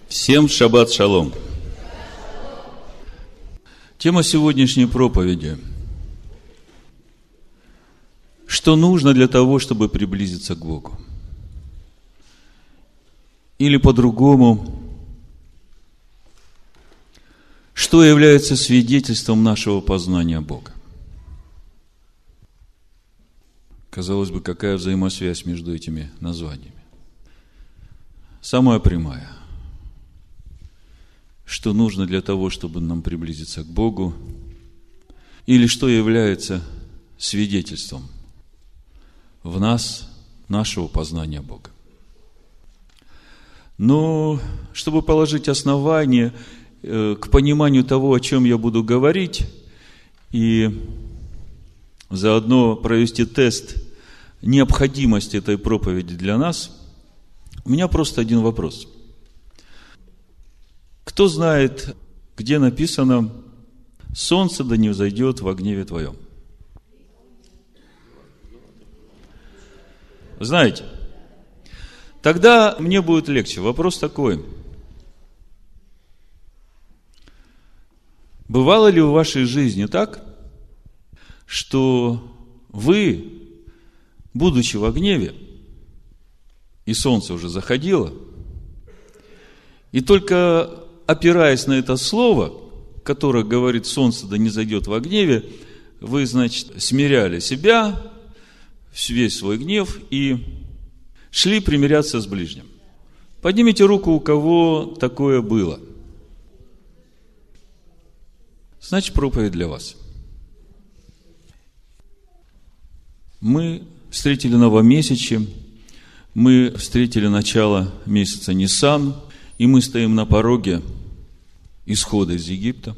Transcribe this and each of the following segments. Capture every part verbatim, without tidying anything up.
Всем шаббат шалом. Тема сегодняшней проповеди. Что нужно для того, чтобы приблизиться к Богу? Или по-другому, что является свидетельством нашего познания Бога? Казалось бы, какая взаимосвязь между этими названиями? Самая прямая. Что нужно для того, чтобы нам приблизиться к Богу, или что является свидетельством в нас нашего познания Бога. Но чтобы положить основание к пониманию того, о чем я буду говорить, и заодно провести тест необходимости этой проповеди для нас, у меня просто один вопрос. Кто знает, где написано «Солнце да не взойдет во гневе твоем»? Знаете? Тогда мне будет легче. Вопрос такой. Бывало ли в вашей жизни так, что вы, будучи во гневе, и солнце уже заходило, и только опираясь на это слово, которое говорит «солнце да не зайдет во гневе», вы, значит, смиряли себя, весь свой гнев, и шли примиряться с ближним. Поднимите руку, у кого такое было. Значит, проповедь для вас. Мы встретили новомесячье, мы встретили начало месяца Нисан, и мы стоим на пороге исхода из Египта.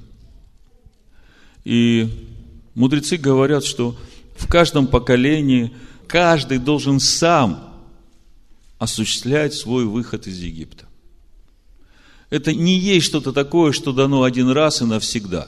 И мудрецы говорят, что в каждом поколении каждый должен сам осуществлять свой выход из Египта. Это не есть что-то такое, что дано один раз и навсегда.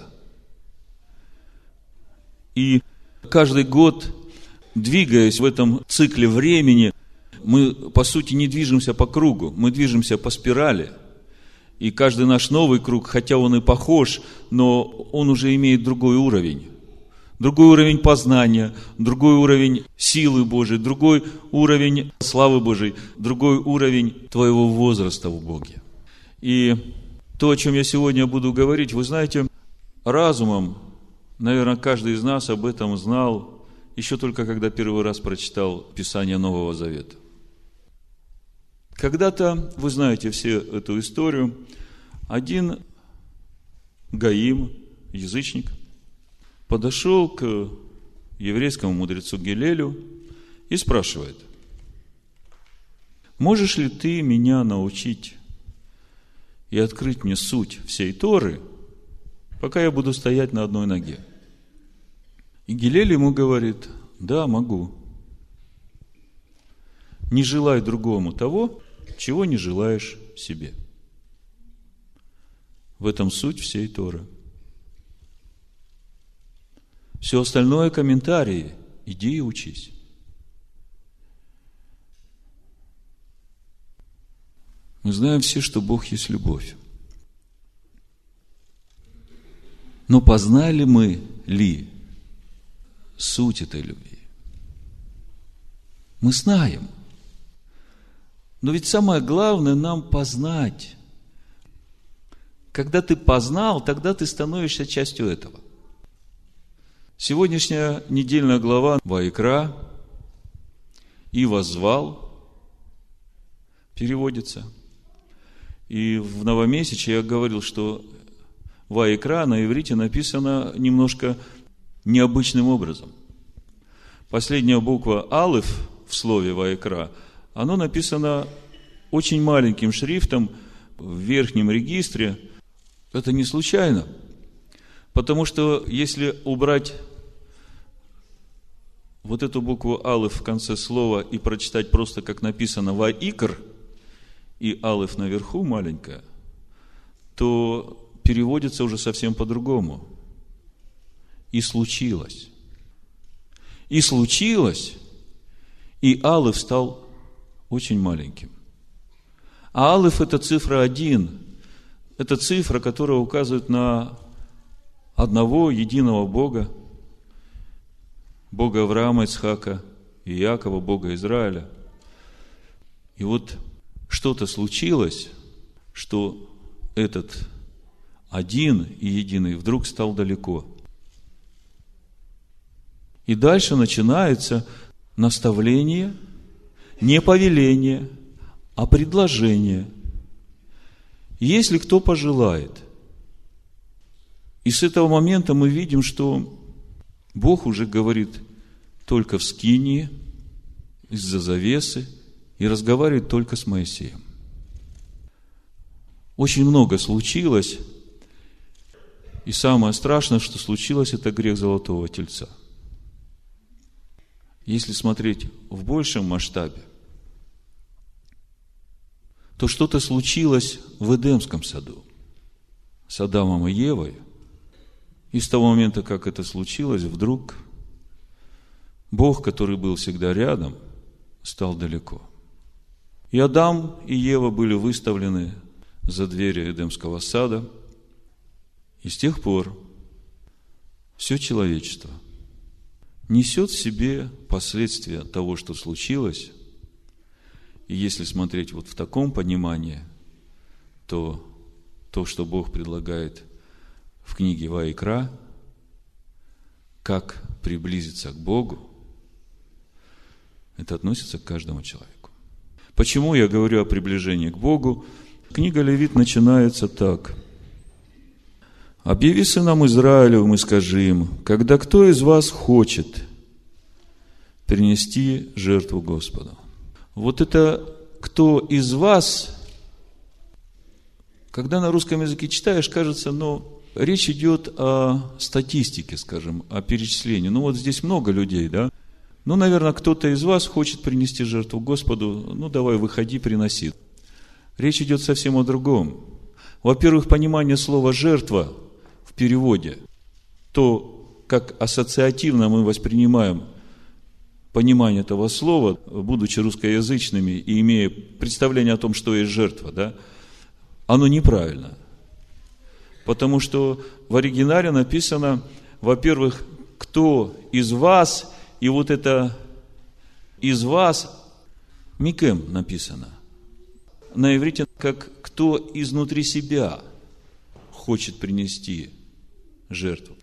И каждый год, двигаясь в этом цикле времени, мы, по сути, не движемся по кругу, мы движемся по спирали. И каждый наш новый круг, хотя он и похож, но он уже имеет другой уровень. Другой уровень познания, другой уровень силы Божией, другой уровень славы Божией, другой уровень твоего возраста в Боге. И то, о чем я сегодня буду говорить, вы знаете, разумом, наверное, каждый из нас об этом знал, еще только когда первый раз прочитал Писание Нового Завета. Когда-то, вы знаете все эту историю, один гаим, язычник, подошел к еврейскому мудрецу Гилелю и спрашивает: можешь ли ты меня научить и открыть мне суть всей Торы, пока я буду стоять на одной ноге? И Гилель ему говорит: да, могу. Не желай другому того, чего не желаешь себе. В этом суть всей Торы. Все остальное комментарии. Иди и учись. Мы знаем все, что Бог есть любовь. Но познали мы ли суть этой любви? Мы знаем. Но ведь самое главное нам познать. Когда ты познал, тогда ты становишься частью этого. Сегодняшняя недельная глава Ваикра «И воззвал» переводится. И в новомесячье я говорил, что Ваикра на иврите написано немножко необычным образом. Последняя буква Алеф в слове Ваикра, оно написано очень маленьким шрифтом в верхнем регистре. Это не случайно. Потому что если убрать вот эту букву Алеф в конце слова и прочитать просто как написано Ваикр, и Алеф наверху маленькая, то переводится уже совсем по-другому. И случилось. И случилось, и Алеф стал очень маленьким. А Алеф – это цифра один, Это цифра, которая указывает на одного единого Бога, Бога Авраама, Ицхака и Иакова, Бога Израиля. И вот что-то случилось, что этот один и единый вдруг стал далеко. И дальше начинается наставление, не повеление, а предложение. Если кто пожелает. И с этого момента мы видим, что Бог уже говорит только в скинии, из-за завесы, и разговаривает только с Моисеем. Очень много случилось, и самое страшное, что случилось, это грех золотого тельца. Если смотреть в большем масштабе, то что-то случилось в Эдемском саду с Адамом и Евой. И с того момента, как это случилось, вдруг Бог, который был всегда рядом, стал далеко. И Адам и Ева были выставлены за двери Эдемского сада. И с тех пор все человечество несет в себе последствия того, что случилось. И если смотреть вот в таком понимании, то то, что Бог предлагает в книге Ваикра, как приблизиться к Богу, это относится к каждому человеку. Почему я говорю о приближении к Богу? Книга Левит начинается так. «Объяви сынам Израилевым и скажи им, когда кто из вас хочет принести жертву Господу». Вот это «кто из вас», когда на русском языке читаешь, кажется, ну, речь идет о статистике, скажем, о перечислении. Ну, вот здесь много людей, да? Ну, наверное, кто-то из вас хочет принести жертву Господу, ну, давай, выходи, приноси. Речь идет совсем о другом. Во-первых, понимание слова «жертва» в переводе, то, как ассоциативно мы воспринимаем понимание этого слова, будучи русскоязычными и имея представление о том, что есть жертва, да, оно неправильно. Потому что в оригинале написано, во-первых, кто из вас, и вот это из вас, микем написано. На иврите как кто изнутри себя хочет принести жертву.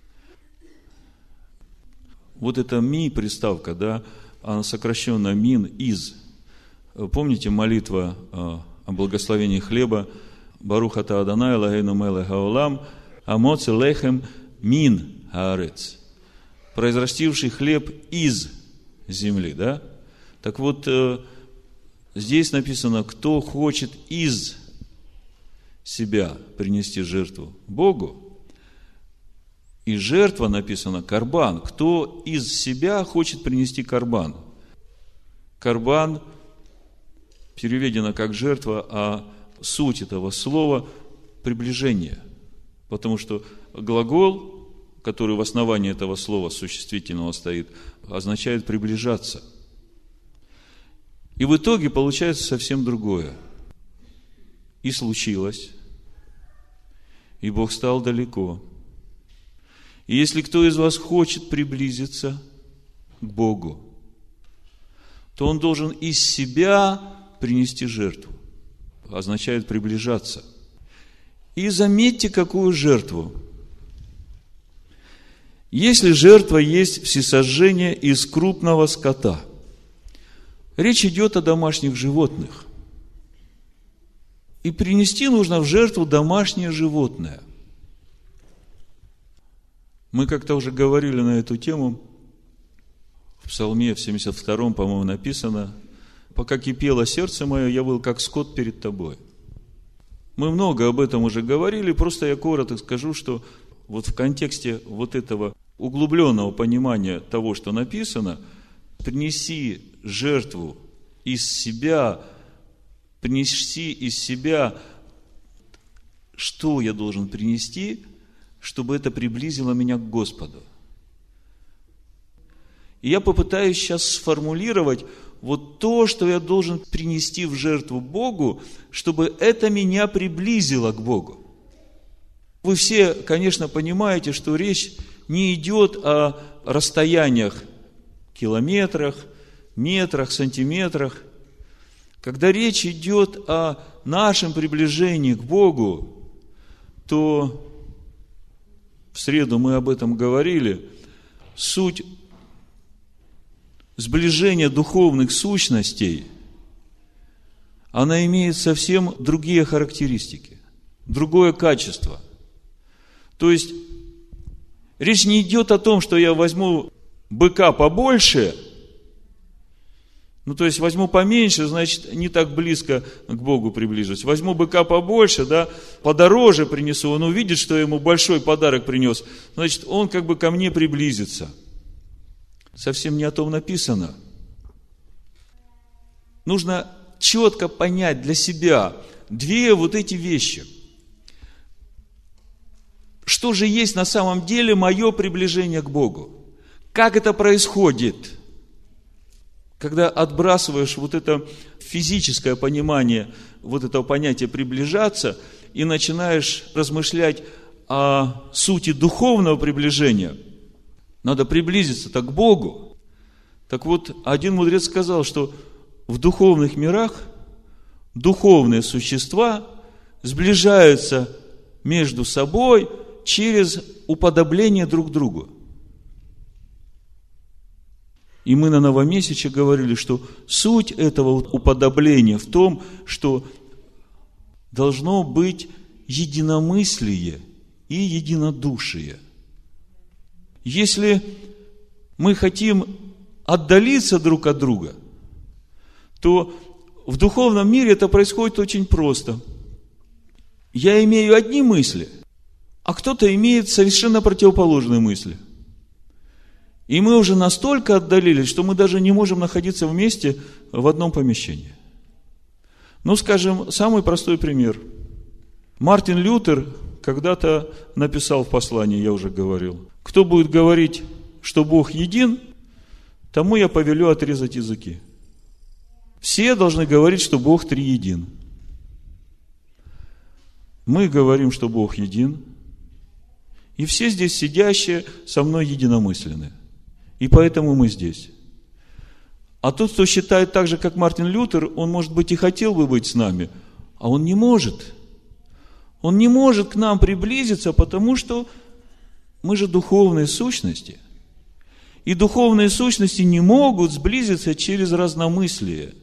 Вот эта ми приставка, да, она сокращенно мин, из. Помните молитва о благословении хлеба? Барух ата Адонай Элокейну мелех хаолам, амоци лехем мин хаарец. Произрастивший хлеб из земли, да? Так вот, здесь написано, кто хочет из себя принести жертву Богу. И жертва написано карбан. Кто из себя хочет принести карбан? Карбан переведено как жертва, а суть этого слова – приближение. Потому что глагол, который в основании этого слова существительного стоит, означает приближаться. И в итоге получается совсем другое. И случилось, и Бог стал далеко. И если кто из вас хочет приблизиться к Богу, то он должен из себя принести жертву. Означает приближаться. И заметьте, какую жертву. Если жертва есть всесожжение из крупного скота, речь идет о домашних животных. И принести нужно в жертву домашнее животное. Мы как-то уже говорили на эту тему. В Псалме в семьдесят втором, по-моему, написано: «Пока кипело сердце мое, я был как скот перед тобой». Мы много об этом уже говорили, просто я коротко скажу, что вот в контексте вот этого углубленного понимания того, что написано, принеси жертву из себя, принеси из себя, что я должен принести, чтобы это приблизило меня к Господу. И я попытаюсь сейчас сформулировать вот то, что я должен принести в жертву Богу, чтобы это меня приблизило к Богу. Вы все, конечно, понимаете, что речь не идет о расстояниях, километрах, метрах, сантиметрах. Когда речь идет о нашем приближении к Богу, то в среду мы об этом говорили, суть сближения духовных сущностей, она имеет совсем другие характеристики, другое качество. То есть, речь не идет о том, что я возьму быка побольше, ну, то есть, возьму поменьше, значит, не так близко к Богу приближусь. Возьму быка побольше, да, подороже принесу, он увидит, что я ему большой подарок принес, значит, он как бы ко мне приблизится. Совсем не о том написано. Нужно четко понять для себя две вот эти вещи. Что же есть на самом деле мое приближение к Богу? Как это происходит? Когда отбрасываешь вот это физическое понимание вот этого понятия приближаться и начинаешь размышлять о сути духовного приближения, надо приблизиться-то к Богу. Так вот, один мудрец сказал, что в духовных мирах духовные существа сближаются между собой через уподобление друг другу. И мы на Новомесяче говорили, что суть этого уподобления в том, что должно быть единомыслие и единодушие. Если мы хотим отдалиться друг от друга, то в духовном мире это происходит очень просто. Я имею одни мысли, а кто-то имеет совершенно противоположные мысли. И мы уже настолько отдалились, что мы даже не можем находиться вместе в одном помещении. Ну, скажем, самый простой пример. Мартин Лютер когда-то написал в послании, я уже говорил, кто будет говорить, что Бог един, тому я повелю отрезать языки. Все должны говорить, что Бог триедин. Мы говорим, что Бог един, и все здесь сидящие со мной единомысленны. И поэтому мы здесь. А тот, кто считает так же, как Мартин Лютер, он, может быть, и хотел бы быть с нами, а он не может. Он не может к нам приблизиться, потому что мы же духовные сущности. И духовные сущности не могут сблизиться через разномыслие.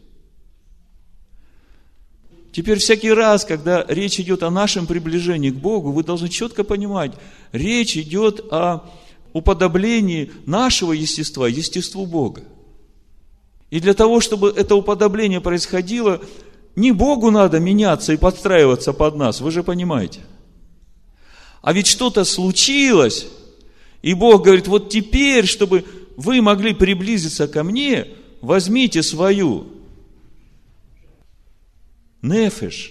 Теперь всякий раз, когда речь идет о нашем приближении к Богу, вы должны четко понимать, речь идет о уподоблении нашего естества естеству Бога. И для того, чтобы это уподобление происходило, не Богу надо меняться и подстраиваться под нас, вы же понимаете. А ведь что-то случилось, и Бог говорит, вот теперь, чтобы вы могли приблизиться ко мне, возьмите свою нефеш,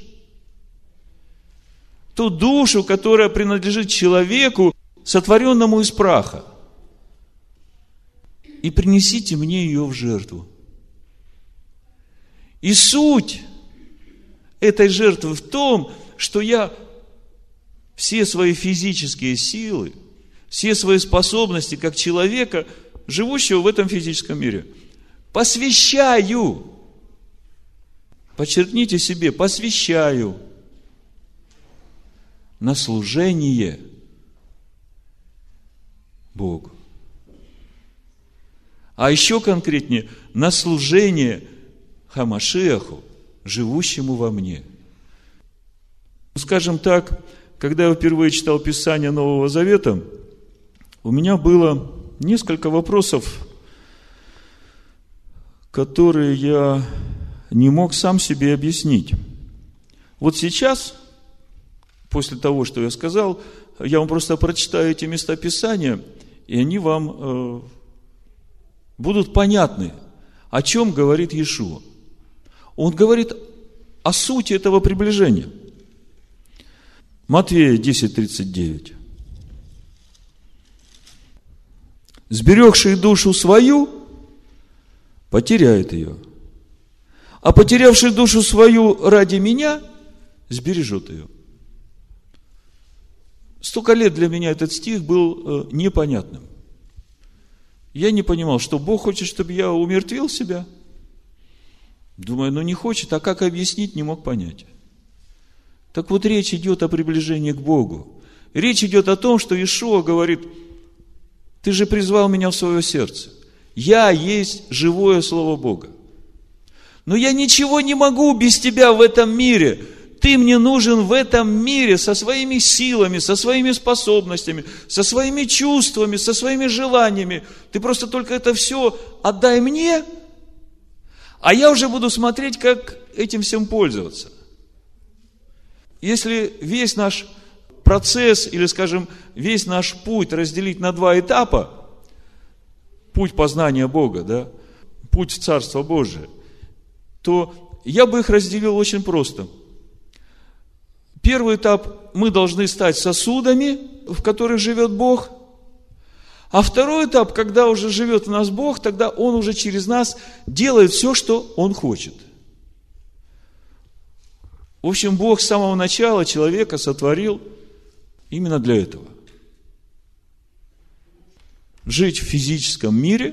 ту душу, которая принадлежит человеку, сотворенному из праха, и принесите мне ее в жертву. И суть этой жертвы в том, что я все свои физические силы, все свои способности как человека, живущего в этом физическом мире, посвящаю. Подчеркните себе, посвящаю на служение Богу. А еще конкретнее, на служение Хамашиаху, живущему во мне. Скажем так, когда я впервые читал Писание Нового Завета, у меня было несколько вопросов, которые я не мог сам себе объяснить. Вот сейчас, после того, что я сказал, я вам просто прочитаю эти места Писания, и они вам э, будут понятны, о чем говорит Иешуа. Он говорит о сути этого приближения. Матфея десять тридцать девять. «Сберегший душу свою, потеряет ее, а потерявший душу свою ради меня, сбережет ее». Столько лет для меня этот стих был э, непонятным. Я не понимал, что Бог хочет, чтобы я умертвил себя. Думаю, ну не хочет, а как объяснить, не мог понять. Так вот, речь идет о приближении к Богу. Речь идет о том, что Иешуа говорит: ты же призвал меня в свое сердце. Я есть живое Слово Бога. Но я ничего не могу без тебя в этом мире. Ты мне нужен в этом мире со своими силами, со своими способностями, со своими чувствами, со своими желаниями. Ты просто только это все отдай мне, а я уже буду смотреть, как этим всем пользоваться. Если весь наш процесс, или, скажем, весь наш путь разделить на два этапа, путь познания Бога, да, путь в Царство Божие, то я бы их разделил очень просто. Первый этап: мы должны стать сосудами, в которых живет Бог. А второй этап: когда уже живет в нас Бог, тогда Он уже через нас делает все, что Он хочет. В общем, Бог с самого начала человека сотворил именно для этого. Жить в физическом мире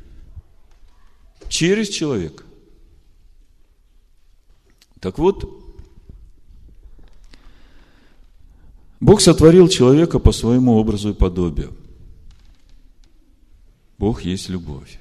через человека. Так вот, Бог сотворил человека по своему образу и подобию. Бог есть любовь.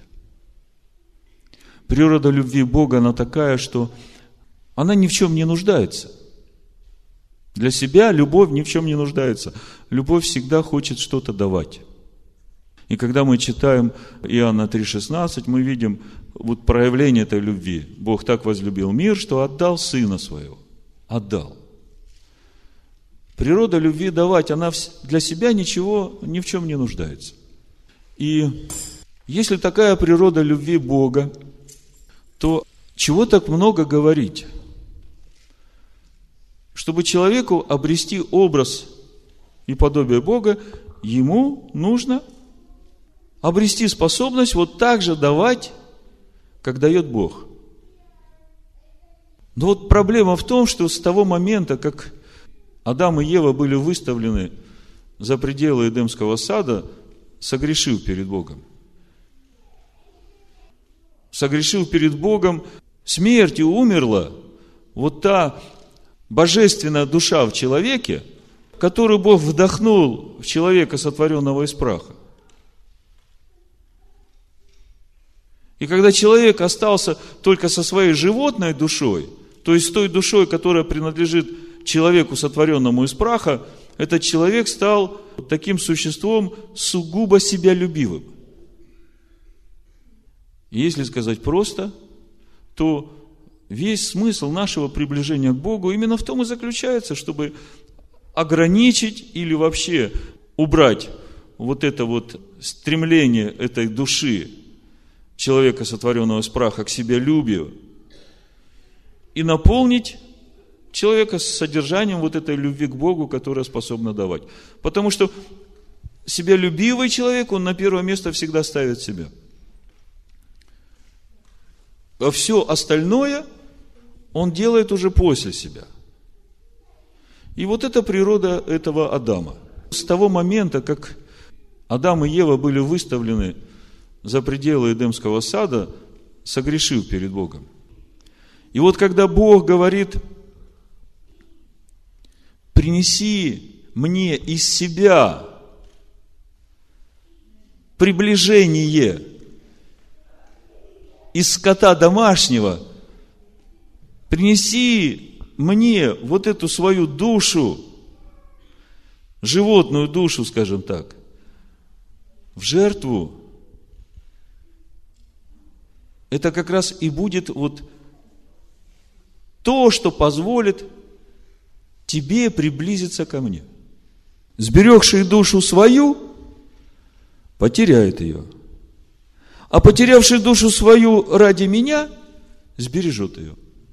Природа любви Бога, она такая, что она ни в чем не нуждается. Для себя любовь ни в чем не нуждается. Любовь всегда хочет что-то давать. И когда мы читаем Иоанна три шестнадцать, мы видим вот проявление этой любви. Бог так возлюбил мир, что отдал Сына Своего. Отдал. Природа любви давать, она для себя ничего, ни в чем не нуждается. И если такая природа любви Бога, то чего так много говорить? Чтобы человеку обрести образ и подобие Бога, ему нужно обрести способность вот так же давать, как дает Бог. Но вот проблема в том, что с того момента, как Адам и Ева были выставлены за пределы Эдемского сада, согрешив перед Богом. Согрешив перед Богом, смертью умерла вот та божественная душа в человеке, которую Бог вдохнул в человека, сотворенного из праха. И когда человек остался только со своей животной душой, то есть с той душой, которая принадлежит человеку, сотворенному из праха, этот человек стал таким существом сугубо себялюбивым. И если сказать просто, то весь смысл нашего приближения к Богу именно в том и заключается, чтобы ограничить или вообще убрать вот это вот стремление этой души человека, сотворенного из праха, к себялюбию, и наполнить человека с содержанием вот этой любви к Богу, которая способна давать. Потому что себялюбивый человек, он на первое место всегда ставит себя. А все остальное он делает уже после себя. И вот это природа этого Адама. С того момента, как Адам и Ева были выставлены за пределы Эдемского сада, согрешив перед Богом. И вот когда Бог говорит: принеси мне из себя приближение из скота домашнего, принеси мне вот эту свою душу, животную душу, скажем так, в жертву, это как раз и будет вот то, что позволит тебе приблизиться ко мне. Сберегший душу свою потеряет ее, а потерявший душу свою ради меня сбережет ее.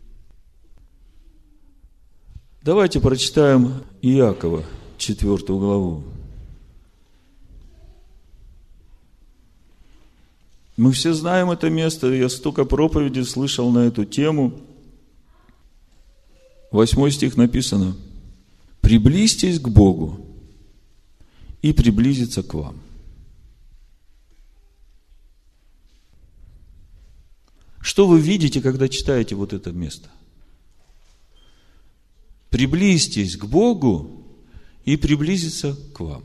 Давайте прочитаем Иакова, четвертую главу. Мы все знаем это место, я столько проповедей слышал на эту тему. Восьмой стих написано: «Приблизьтесь к Богу, и приблизиться к вам. Что вы видите, когда читаете вот это место? Приблизьтесь к Богу и приблизиться к вам.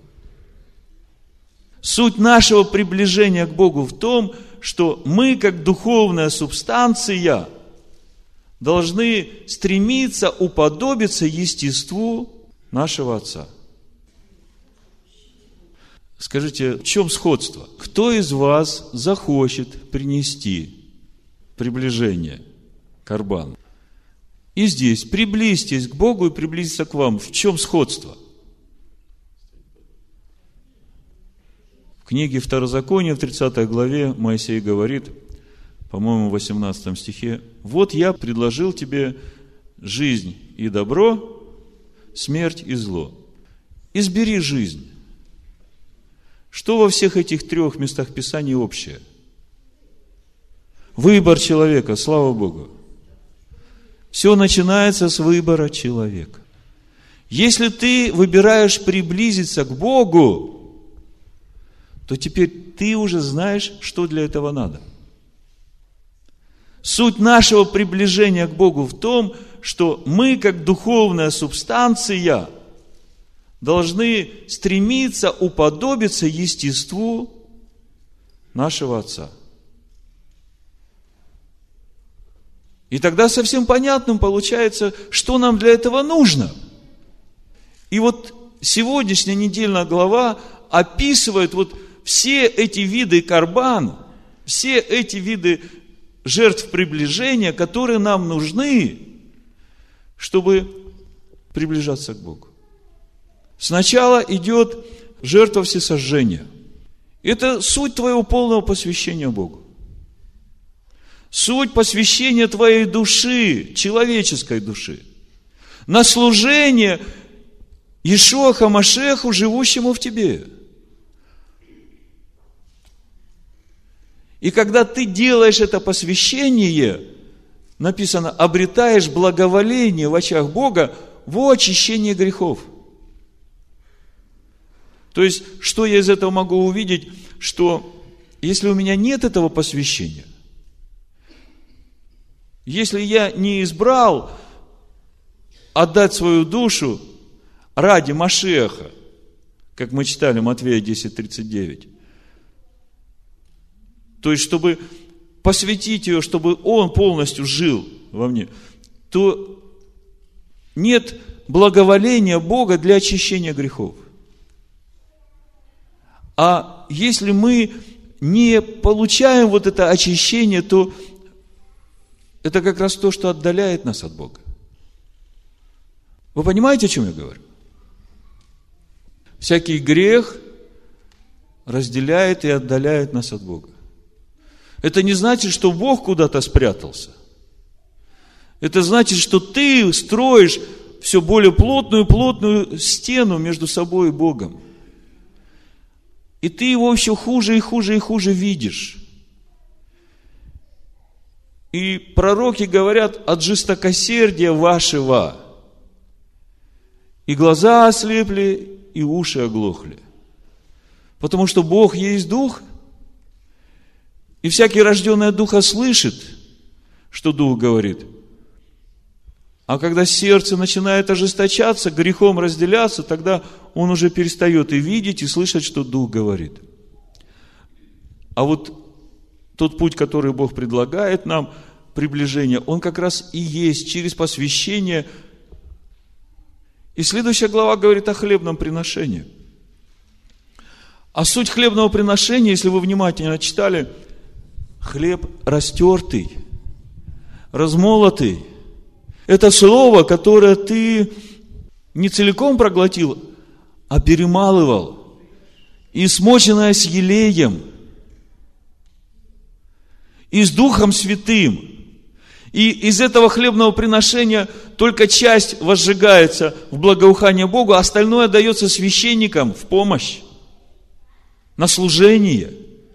Суть нашего приближения к Богу в том, что мы, как духовная субстанция, должны стремиться уподобиться естеству нашего Отца. Скажите, в чем сходство? Кто из вас захочет принести приближение к Корбану? И здесь приблизьтесь к Богу и приблизиться к вам. В чем сходство? В книге Второзакония, в тридцатой главе, Моисей говорит, по-моему, в восемнадцатом стихе: «Вот я предложил тебе жизнь и добро, смерть и зло. Избери жизнь». Что во всех этих трех местах Писания общее? Выбор человека, слава Богу. Все начинается с выбора человека. Если ты выбираешь приблизиться к Богу, то теперь ты уже знаешь, что для этого надо. Суть нашего приближения к Богу в том, что мы, как духовная субстанция, должны стремиться уподобиться естеству нашего Отца. И тогда совсем понятным получается, что нам для этого нужно. И вот сегодняшняя недельная глава описывает вот все эти виды корбан, все эти виды жертв приближения, которые нам нужны, чтобы приближаться к Богу. Сначала идет жертва всесожжения. Это суть твоего полного посвящения Богу. Суть посвящения твоей души, человеческой души, на служение Иешуа ха-Машиаху, живущему в тебе. И когда ты делаешь это посвящение, написано, обретаешь благоволение в очах Бога во очищении грехов. То есть, что я из этого могу увидеть? Что если у меня нет этого посвящения, если я не избрал отдать свою душу ради Машиаха, как мы читали Матфея десять тридцать девять, то есть, чтобы посвятить ее, чтобы он полностью жил во мне, то нет благоволения Бога для очищения грехов. А если мы не получаем вот это очищение, то это как раз то, что отдаляет нас от Бога. Вы понимаете, о чем я говорю? Всякий грех разделяет и отдаляет нас от Бога. Это не значит, что Бог куда-то спрятался. Это значит, что ты строишь все более плотную, плотную стену между собой и Богом. И ты его все хуже и хуже и хуже видишь. И пророки говорят: от жестокосердия вашего и глаза ослепли, и уши оглохли. Потому что Бог есть Дух, и всякий, рожденный от Духа, слышит, что Дух говорит. А когда сердце начинает ожесточаться, грехом разделяться, тогда он уже перестает и видеть, и слышать, что Дух говорит. А вот тот путь, который Бог предлагает нам, приближение, он как раз и есть через посвящение. И следующая глава говорит о хлебном приношении. А суть хлебного приношения, если вы внимательно читали, хлеб растертый, размолотый. Это слово, которое ты не целиком проглотил, а перемалывал. И смоченное с елеем. И с Духом Святым. И из этого хлебного приношения только часть возжигается в благоухание Богу, а остальное дается священникам в помощь, на служение.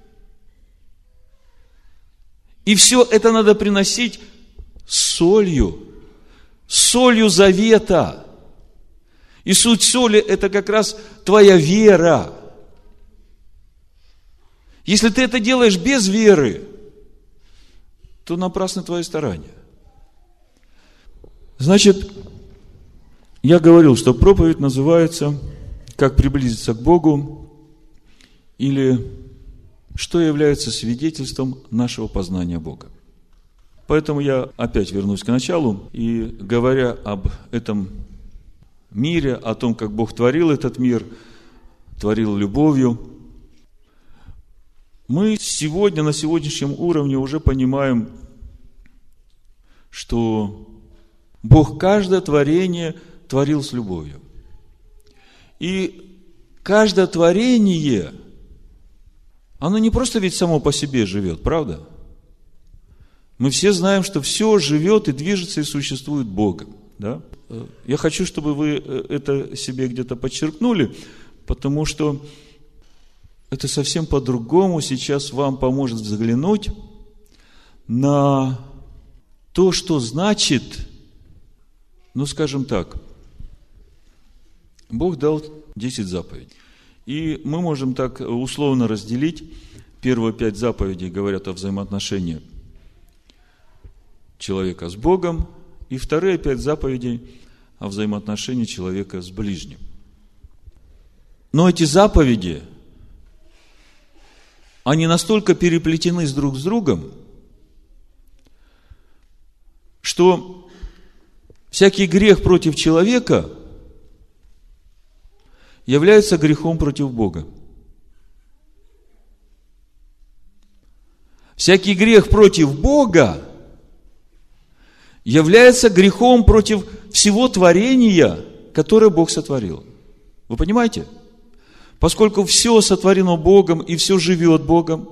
И все это надо приносить с солью, с солью завета. И суть соли – это как раз твоя вера. Если ты это делаешь без веры, то напрасны твои старания. Значит, я говорил, что проповедь называется «Как приблизиться к Богу» или «Что является свидетельством нашего познания Бога». Поэтому я опять вернусь к началу и, говоря об этом мире, о том, как Бог творил этот мир, творил любовью, мы сегодня, на сегодняшнем уровне уже понимаем, что Бог каждое творение творил с любовью. И каждое творение, оно не просто ведь само по себе живет, правда? Мы все знаем, что все живет и движется и существует Богом. Да? Я хочу, чтобы вы это себе где-то подчеркнули, потому что это совсем по-другому сейчас вам поможет взглянуть на то, что значит, ну, скажем так, Бог дал десять заповедей. И мы можем так условно разделить. Первые пять заповедей говорят о взаимоотношении человека с Богом, и вторые пять заповедей о взаимоотношении человека с ближним. Но эти заповеди, они настолько переплетены друг с другом, что всякий грех против человека является грехом против Бога. Всякий грех против Бога является грехом против всего творения, которое Бог сотворил. Вы понимаете? Поскольку все сотворено Богом и все живет Богом,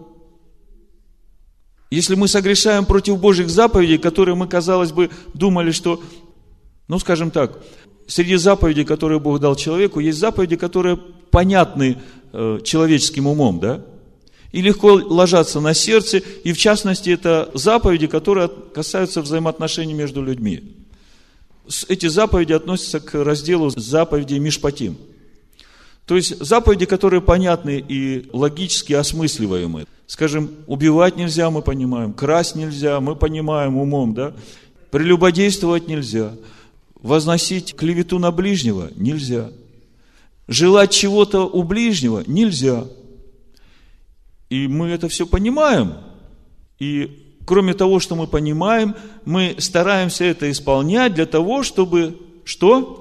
если мы согрешаем против Божьих заповедей, которые мы, казалось бы, думали, что, ну, скажем так, среди заповедей, которые Бог дал человеку, есть заповеди, которые понятны э, человеческим умом, да? И легко ложатся на сердце, и в частности, это заповеди, которые касаются взаимоотношений между людьми. Эти заповеди относятся к разделу заповедей Мишпатим. То есть, заповеди, которые понятны и логически осмысливаемы. Скажем, убивать нельзя, мы понимаем, красть нельзя, мы понимаем умом, да? Прелюбодействовать нельзя, возносить клевету на ближнего нельзя, желать чего-то у ближнего нельзя. И мы это все понимаем. И кроме того, что мы понимаем, мы стараемся это исполнять для того, чтобы что?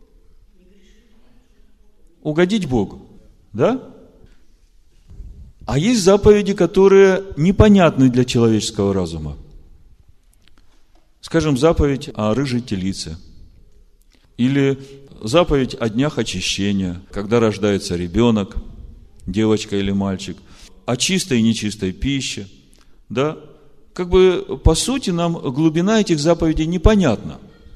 Угодить Богу. Да? А есть заповеди, которые непонятны для человеческого разума. Скажем, заповедь о рыжей телице. Или заповедь о днях очищения, когда рождается ребенок, девочка или мальчик. О чистой и нечистой пище. Да? Как бы, по сути, нам глубина этих заповедей непонятна.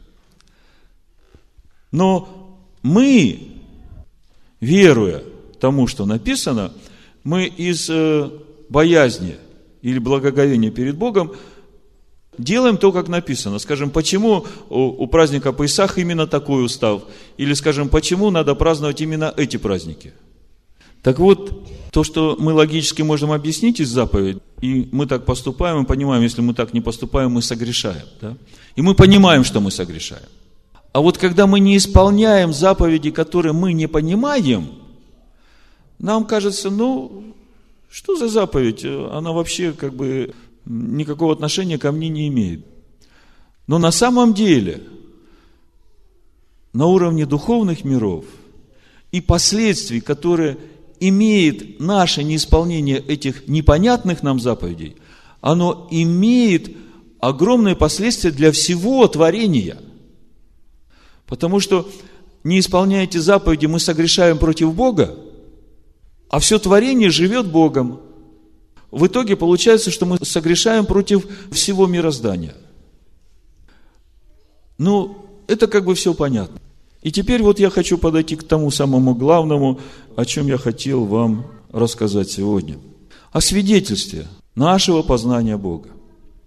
Но мы, веруя тому, что написано, мы из э, боязни или благоговения перед Богом делаем то, как написано. Скажем, почему у, у праздника Песах именно такой устав? Или, скажем, почему надо праздновать именно эти праздники? Так вот, то, что мы логически можем объяснить из заповедей, и мы так поступаем, мы понимаем, если мы так не поступаем, мы согрешаем. Да? И мы понимаем, что мы согрешаем. А вот когда мы не исполняем заповеди, которые мы не понимаем, нам кажется, ну, что за заповедь? Она вообще как бы никакого отношения ко мне не имеет. Но на самом деле, на уровне духовных миров и последствий, которые имеет наше неисполнение этих непонятных нам заповедей, оно имеет огромные последствия для всего творения. Потому что, не исполняя эти заповеди, мы согрешаем против Бога, а все творение живет Богом. В итоге получается, что мы согрешаем против всего мироздания. Ну, это как бы все понятно. И теперь вот я хочу подойти к тому самому главному, о чем я хотел вам рассказать сегодня. О свидетельстве нашего познания Бога.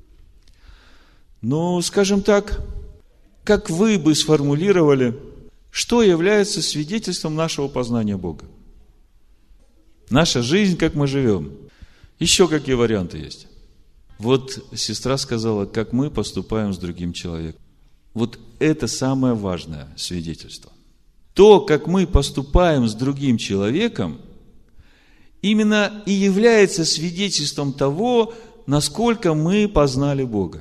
Ну, скажем так, как вы бы сформулировали, что является свидетельством нашего познания Бога? Наша жизнь, как мы живем. Еще какие варианты есть? Вот сестра сказала, как мы поступаем с другим человеком. Вот это самое важное свидетельство. То, как мы поступаем с другим человеком, именно и является свидетельством того, насколько мы познали Бога.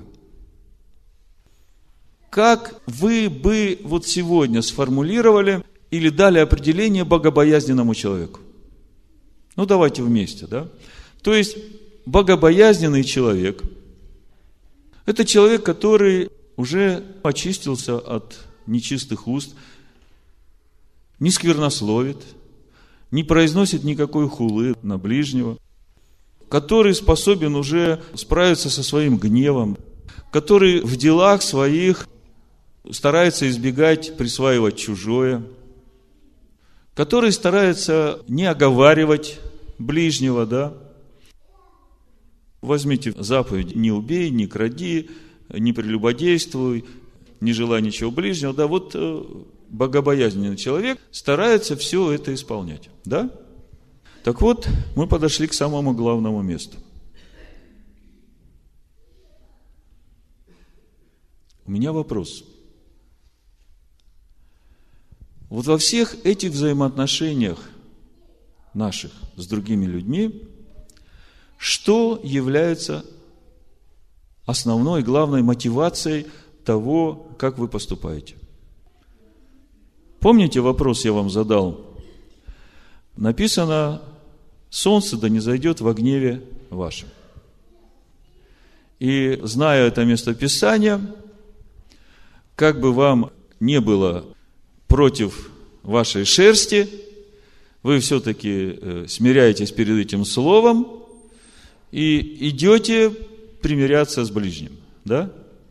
Как вы бы вот сегодня сформулировали или дали определение богобоязненному человеку? Ну, давайте вместе, да? То есть, богобоязненный человек – это человек, который уже очистился от нечистых уст, не сквернословит, не произносит никакой хулы на ближнего, который способен уже справиться со своим гневом, который в делах своих старается избегать присваивать чужое, который старается не оговаривать ближнего, да. Возьмите заповедь: не убей, не кради, не прелюбодействуй, не желай ничего ближнего, да. Вот богобоязненный человек старается все это исполнять, да. Так вот, мы подошли к самому главному месту. У меня вопрос. Вот во всех этих взаимоотношениях наших с другими людьми, что является основной, главной мотивацией того, как вы поступаете? Помните, вопрос я вам задал? Написано: солнце да не зайдет во гневе вашем. И, зная это местописание, как бы вам не было против вашей шерсти, вы все-таки смиряетесь перед этим словом и идете примиряться с ближним, да?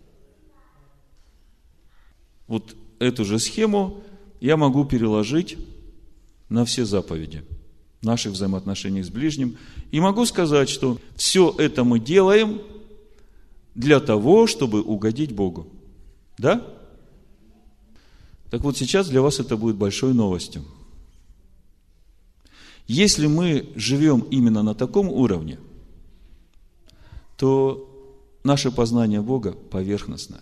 Вот эту же схему я могу переложить на все заповеди наших взаимоотношений с ближним. И могу сказать, что все это мы делаем для того, чтобы угодить Богу. Да? Так вот, сейчас для вас это будет большой новостью. Если мы живем именно на таком уровне, то наше познание Бога поверхностное.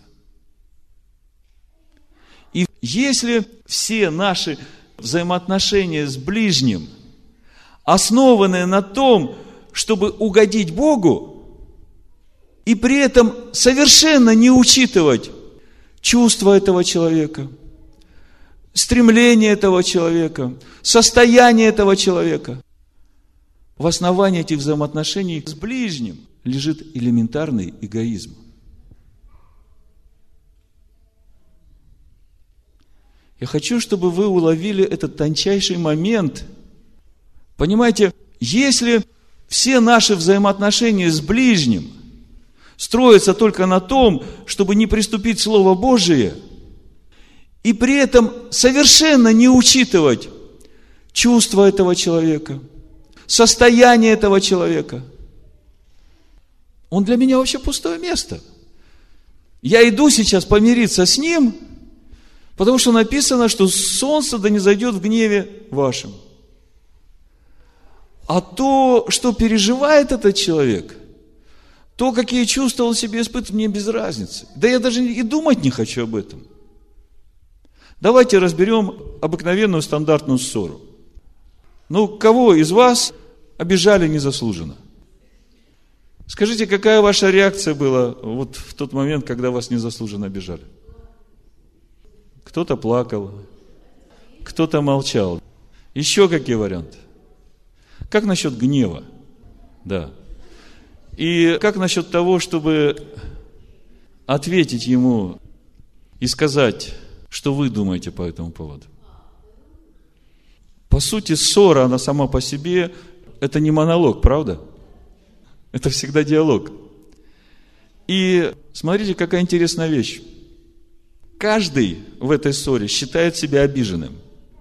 И если все наши взаимоотношения с ближним основаны на том, чтобы угодить Богу, и при этом совершенно не учитывать чувства этого человека, стремление этого человека, состояние этого человека, в основании этих взаимоотношений с ближним лежит элементарный эгоизм. Я хочу, чтобы вы уловили этот тончайший момент. Понимаете, если все наши взаимоотношения с ближним строятся только на том, чтобы не приступить Слово Божие, и при этом совершенно не учитывать чувства этого человека, состояние этого человека, он для меня вообще пустое место. Я иду сейчас помириться с ним, потому что написано, что солнце да не зайдет в гневе вашем. А то, что переживает этот человек, то, какие чувства он себе испытывает, мне без разницы. Да я даже и думать не хочу об этом. Давайте разберем обыкновенную стандартную ссору. Ну, кого из вас обижали незаслуженно? Скажите, какая ваша реакция была вот в тот момент, когда вас незаслуженно обижали? Кто-то плакал, кто-то молчал. Еще какие варианты? Как насчет гнева? Да. И как насчет того, чтобы ответить ему и сказать, что вы думаете по этому поводу? По сути, ссора, она сама по себе, это не монолог, правда? Это всегда диалог. И смотрите, какая интересная вещь. Каждый в этой ссоре считает себя обиженным.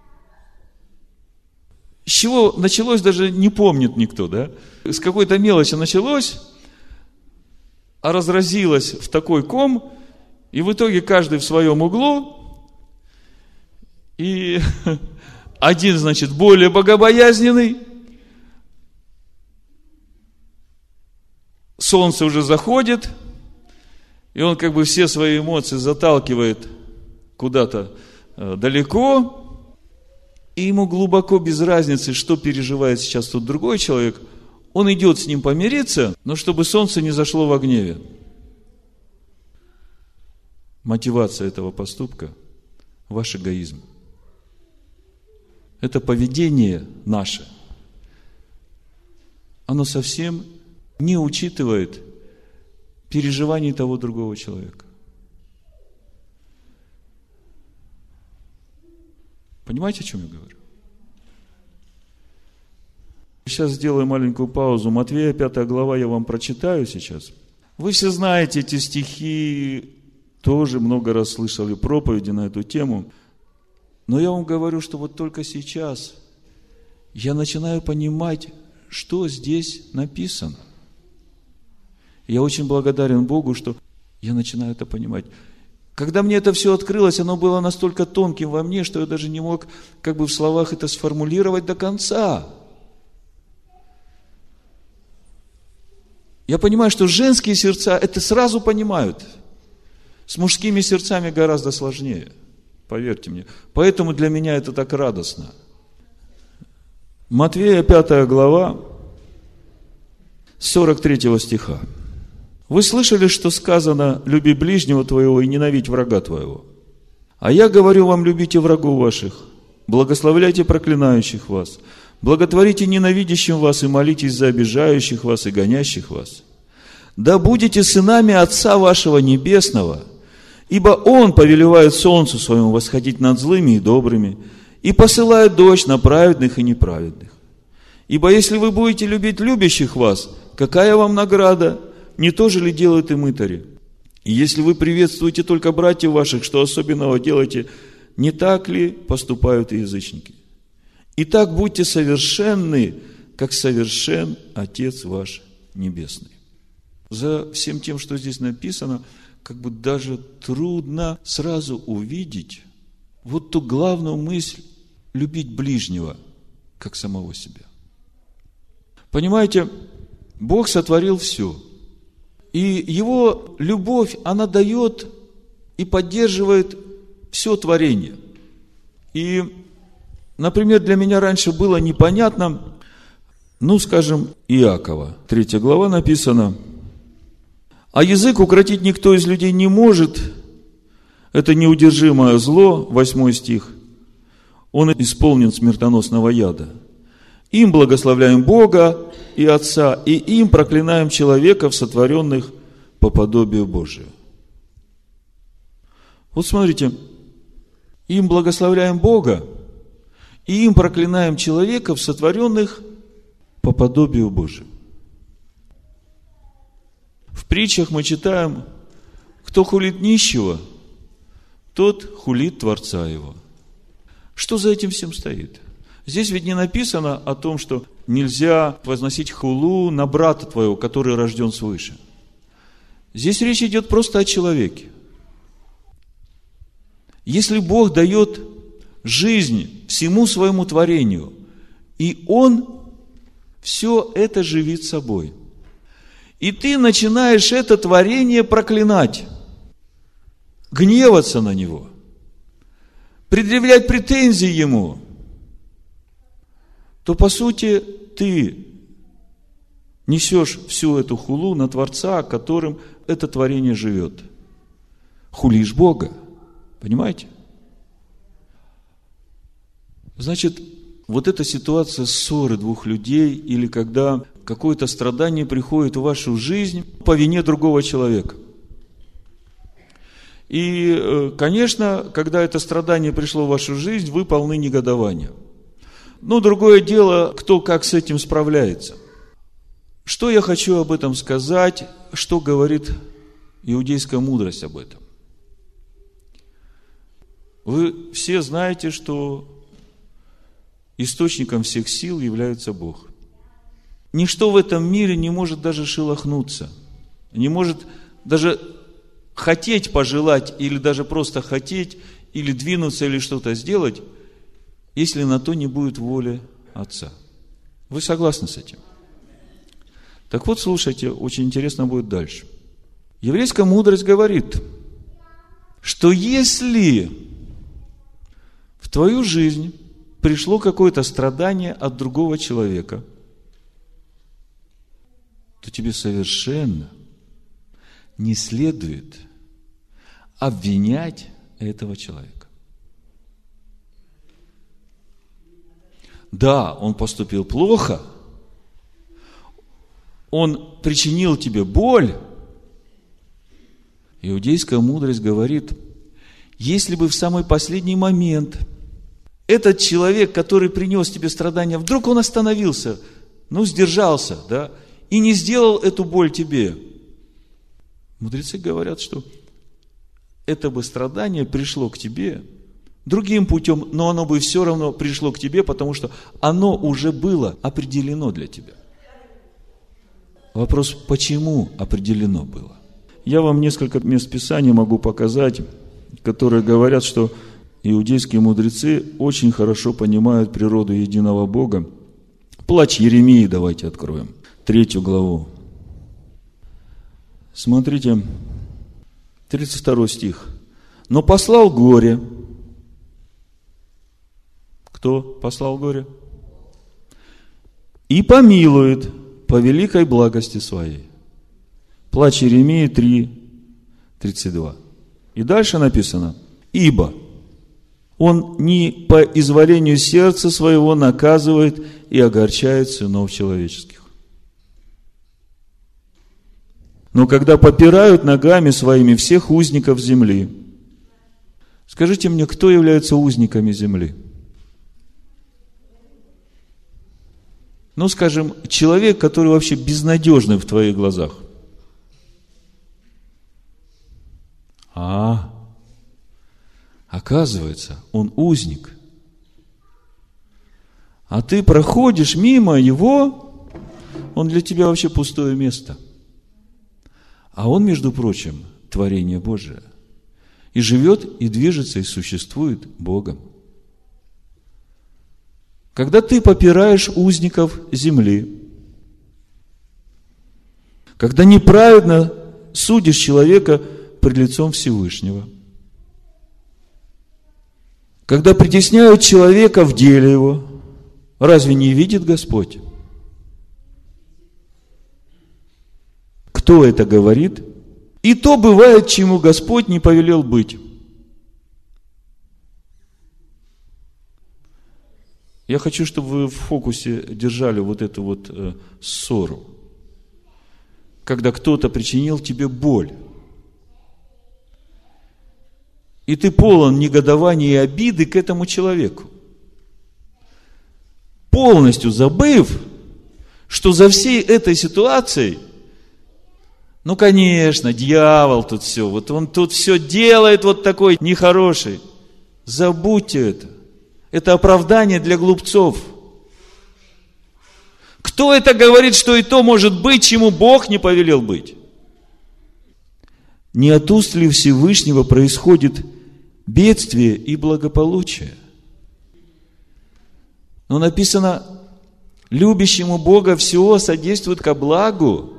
С чего началось, даже не помнит никто, да? С какой-то мелочи началось, а разразилось в такой ком, и в итоге каждый в своем углу, И один, значит, более богобоязненный. Солнце уже заходит, и он как бы все свои эмоции заталкивает куда-то далеко, и ему глубоко без разницы, что переживает сейчас тот другой человек. Он идет с ним помириться, но чтобы солнце не зашло во гневе. Мотивация этого поступка – ваш эгоизм. Это поведение наше. Оно совсем не учитывает переживаний того другого человека. Понимаете, о чем я говорю? Сейчас сделаю маленькую паузу. Матвея, пятая глава, я вам прочитаю сейчас. Вы все знаете эти стихи, тоже много раз слышали проповеди на эту тему. Но я вам говорю, что вот только сейчас я начинаю понимать, что здесь написано. Я очень благодарен Богу, что я начинаю это понимать. Когда мне это все открылось, оно было настолько тонким во мне, что я даже не мог как бы в словах это сформулировать до конца. Я понимаю, что женские сердца это сразу понимают. С мужскими сердцами гораздо сложнее, поверьте мне. Поэтому для меня это так радостно. Матвея, пятая глава, сорок третьего стиха. Вы слышали, что сказано: люби ближнего твоего и ненавидь врага твоего. А я говорю вам: любите врагов ваших, благословляйте проклинающих вас, благотворите ненавидящим вас и молитесь за обижающих вас и гонящих вас. Да будете сынами Отца вашего Небесного, ибо Он повелевает солнцу своему восходить над злыми и добрыми, и посылает дождь на праведных и неправедных. Ибо если вы будете любить любящих вас, какая вам награда? Не то же ли делают и мытари? И если вы приветствуете только братьев ваших, что особенного делаете, не так ли поступают и язычники? Итак, будьте совершенны, как совершен Отец ваш Небесный. За всем тем, что здесь написано, как бы даже трудно сразу увидеть вот ту главную мысль – любить ближнего, как самого себя. Понимаете, Бог сотворил все. И Его любовь, она дает и поддерживает все творение. И, например, для меня раньше было непонятно, ну, скажем, Иакова. Третья глава написано: «А язык укротить никто из людей не может, это неудержимое зло», восьмой стих, «он исполнен смертоносного яда. Им благословляем Бога и Отца, и им проклинаем человеков, сотворенных по подобию Божию». Вот смотрите, им благословляем Бога, и им проклинаем человеков, сотворенных по подобию Божию. В притчах мы читаем: кто хулит нищего, тот хулит Творца его. Что за этим всем стоит? Здесь ведь не написано о том, что нельзя возносить хулу на брата твоего, который рожден свыше. Здесь речь идет просто о человеке. Если Бог дает жизнь всему своему творению, и Он все это живит собой, и ты начинаешь это творение проклинать, гневаться на него, предъявлять претензии ему, то, по сути, ты несешь всю эту хулу на Творца, которым это творение живет. Хулишь Бога. Понимаете? Значит, вот эта ситуация ссоры двух людей, или когда какое-то страдание приходит в вашу жизнь по вине другого человека. И, конечно, когда это страдание пришло в вашу жизнь, вы полны негодования. Но другое дело, кто как с этим справляется. Что я хочу об этом сказать, что говорит иудейская мудрость об этом? Вы все знаете, что источником всех сил является Бог. Ничто в этом мире не может даже шелохнуться, не может даже хотеть пожелать или даже просто хотеть или двинуться, или что-то сделать, если на то не будет воли Отца. Вы согласны с этим? Так вот, слушайте, очень интересно будет дальше. Еврейская мудрость говорит, что если в твою жизнь пришло какое-то страдание от другого человека, то тебе совершенно не следует обвинять этого человека. Да, он поступил плохо, он причинил тебе боль. Иудейская мудрость говорит, если бы в самый последний момент этот человек, который принес тебе страдания, вдруг он остановился, ну, сдержался, да, и не сделал эту боль тебе, мудрецы говорят, что это бы страдание пришло к тебе другим путем, но оно бы все равно пришло к тебе, потому что оно уже было определено для тебя. Вопрос, почему определено было? Я вам несколько мест Писания могу показать, которые говорят, что иудейские мудрецы очень хорошо понимают природу единого Бога. Плач Иеремии давайте откроем, третью главу. Смотрите, тридцать второй стих. «Но послал горе». Кто послал горе? «И помилует по великой благости своей». Плач Иеремии три, тридцать два. И дальше написано, «Ибо он не по изволению сердца своего наказывает и огорчает сынов человеческих. Но когда попирают ногами своими всех узников земли». Скажите мне, кто является узниками земли? Ну, скажем, человек, который вообще безнадежный в твоих глазах. А, оказывается, он узник. А ты проходишь мимо его, он для тебя вообще пустое место. А он, между прочим, творение Божие. И живет, и движется, и существует Богом. Когда ты попираешь узников земли, когда неправедно судишь человека пред лицом Всевышнего, когда притесняют человека в деле его, разве не видит Господь? Кто это говорит? И то бывает, чему Господь не повелел быть. Я хочу, чтобы вы в фокусе держали вот эту вот э, ссору. Когда кто-то причинил тебе боль. И ты полон негодования и обиды к этому человеку. Полностью забыв, что за всей этой ситуацией, ну, конечно, дьявол тут все, вот он тут все делает вот такой нехороший. Забудьте это. Это оправдание для глупцов. Кто это говорит, что и то может быть, чему Бог не повелел быть? Не от уст ли Всевышнего происходит бедствие и благополучие? Но написано, любящему Бога все содействует ко благу.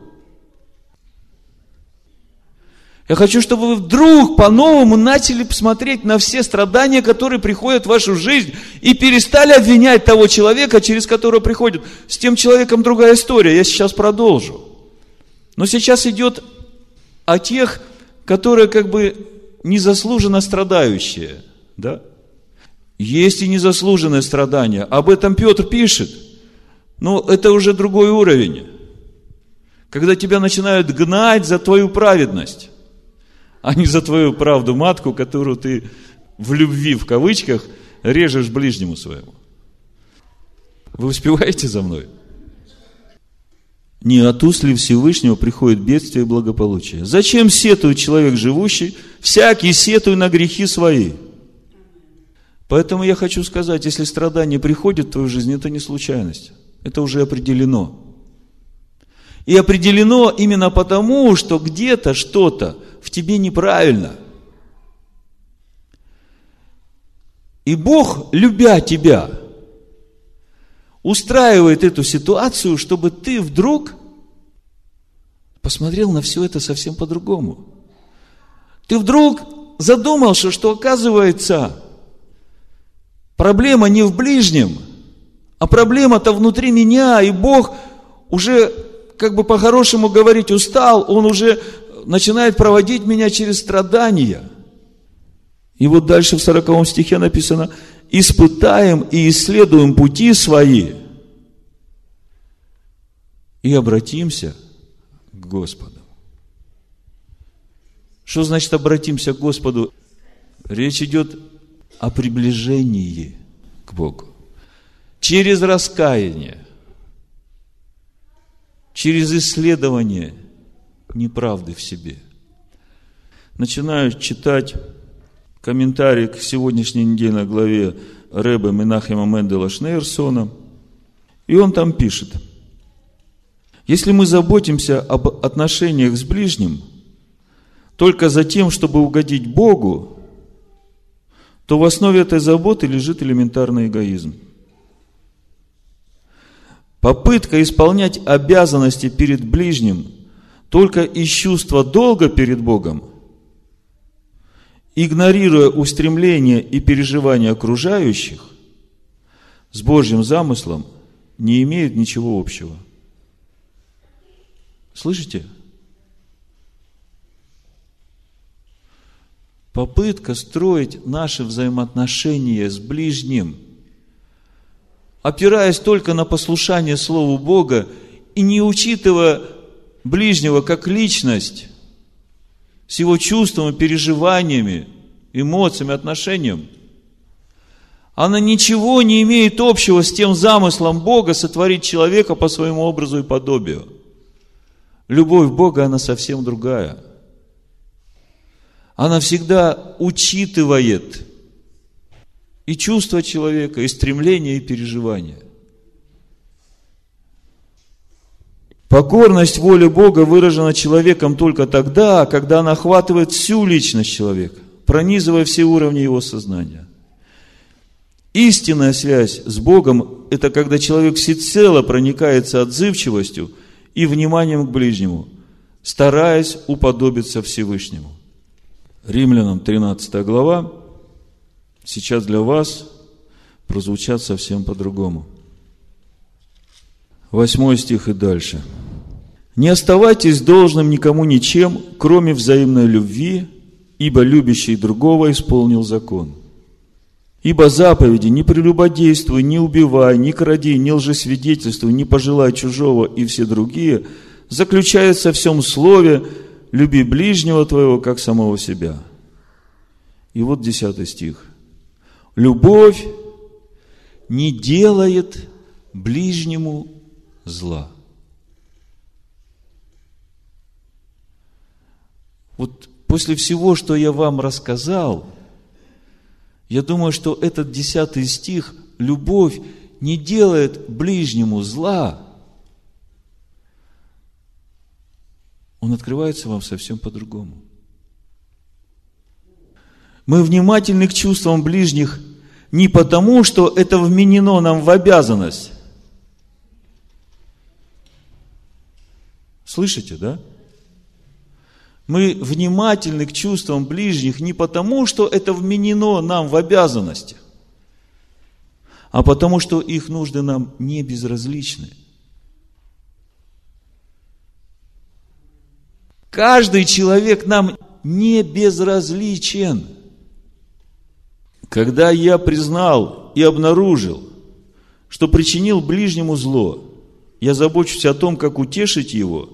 Я хочу, чтобы вы вдруг по-новому начали посмотреть на все страдания, которые приходят в вашу жизнь, и перестали обвинять того человека, через которого приходят. С тем человеком другая история, я сейчас продолжу. Но сейчас идет о тех, которые как бы незаслуженно страдающие. Да? Есть и незаслуженное страдание. Об этом Петр пишет. Но это уже другой уровень. Когда тебя начинают гнать за твою праведность, а не за твою правду матку, которую ты в любви, в кавычках, режешь ближнему своему. Вы успеваете за мной? Не от уст ли Всевышнего приходит бедствие и благополучие? Зачем сетует человек живущий? Всякий сетует на грехи свои. Поэтому я хочу сказать, если страдание приходит в твою жизнь, это не случайность. Это уже определено. И определено именно потому, что где-то что-то в тебе неправильно. И Бог, любя тебя, устраивает эту ситуацию, чтобы ты вдруг посмотрел на все это совсем по-другому. Ты вдруг задумался, что, оказывается, проблема не в ближнем, а проблема-то внутри меня, и Бог уже, как бы по-хорошему говорить, устал, Он уже начинает проводить меня через страдания. И вот дальше в сороковом стихе написано: «Испытаем и исследуем пути свои и обратимся к Господу». Что значит обратимся к Господу? Речь идет о приближении к Богу. Через раскаяние, через исследование неправды в себе. Начинаю читать комментарий к сегодняшней недельной главе Ребе Менахема Мендела Шнейрсона, и он там пишет: если мы заботимся об отношениях с ближним только за тем, чтобы угодить Богу, то в основе этой заботы лежит элементарный эгоизм. Попытка исполнять обязанности перед ближним только из чувства долга перед Богом, игнорируя устремления и переживания окружающих, с Божьим замыслом не имеет ничего общего. Слышите? Попытка строить наши взаимоотношения с ближним, опираясь только на послушание Слову Бога и не учитывая ближнего как личность, с его чувствами, переживаниями, эмоциями, отношением, она ничего не имеет общего с тем замыслом Бога сотворить человека по своему образу и подобию. Любовь Бога, она совсем другая. Она всегда учитывает и чувства человека, и стремления, и переживания. Покорность воле Бога выражена человеком только тогда, когда она охватывает всю личность человека, пронизывая все уровни его сознания. Истинная связь с Богом – это когда человек всецело проникается отзывчивостью и вниманием к ближнему, стараясь уподобиться Всевышнему. Римлянам тринадцатая глава сейчас для вас прозвучат совсем по-другому. Восьмой стих и дальше. «Не оставайтесь должным никому ничем, кроме взаимной любви, ибо любящий другого исполнил закон. Ибо заповеди: не прелюбодействуй, не убивай, не кради, не лжесвидетельствуй, не пожелай чужого и все другие, заключаются в всем слове: люби ближнего твоего, как самого себя». И вот десятый стих. «Любовь не делает ближнему зла». Вот после всего, что я вам рассказал, я думаю, что этот десятый стих, любовь не делает ближнему зла, он открывается вам совсем по-другому. Мы внимательны к чувствам ближних не потому, что это вменено нам в обязанность. Слышите, да? Мы внимательны к чувствам ближних не потому, что это вменено нам в обязанности, а потому, что их нужды нам не безразличны. Каждый человек нам не безразличен. Когда я признал и обнаружил, что причинил ближнему зло, я забочусь о том, как утешить его,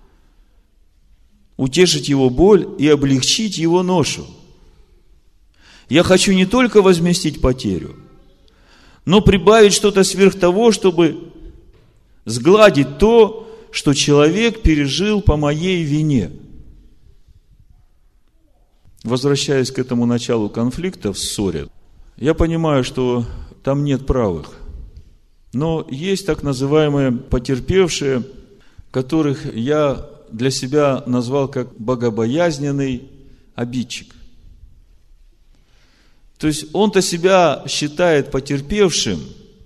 утешить его боль и облегчить его ношу. Я хочу не только возместить потерю, но прибавить что-то сверх того, чтобы сгладить то, что человек пережил по моей вине. Возвращаясь к этому началу конфликта в ссоре, я понимаю, что там нет правых. Но есть так называемые потерпевшие, которых я для себя назвал как богобоязненный обидчик. То есть он-то себя считает потерпевшим,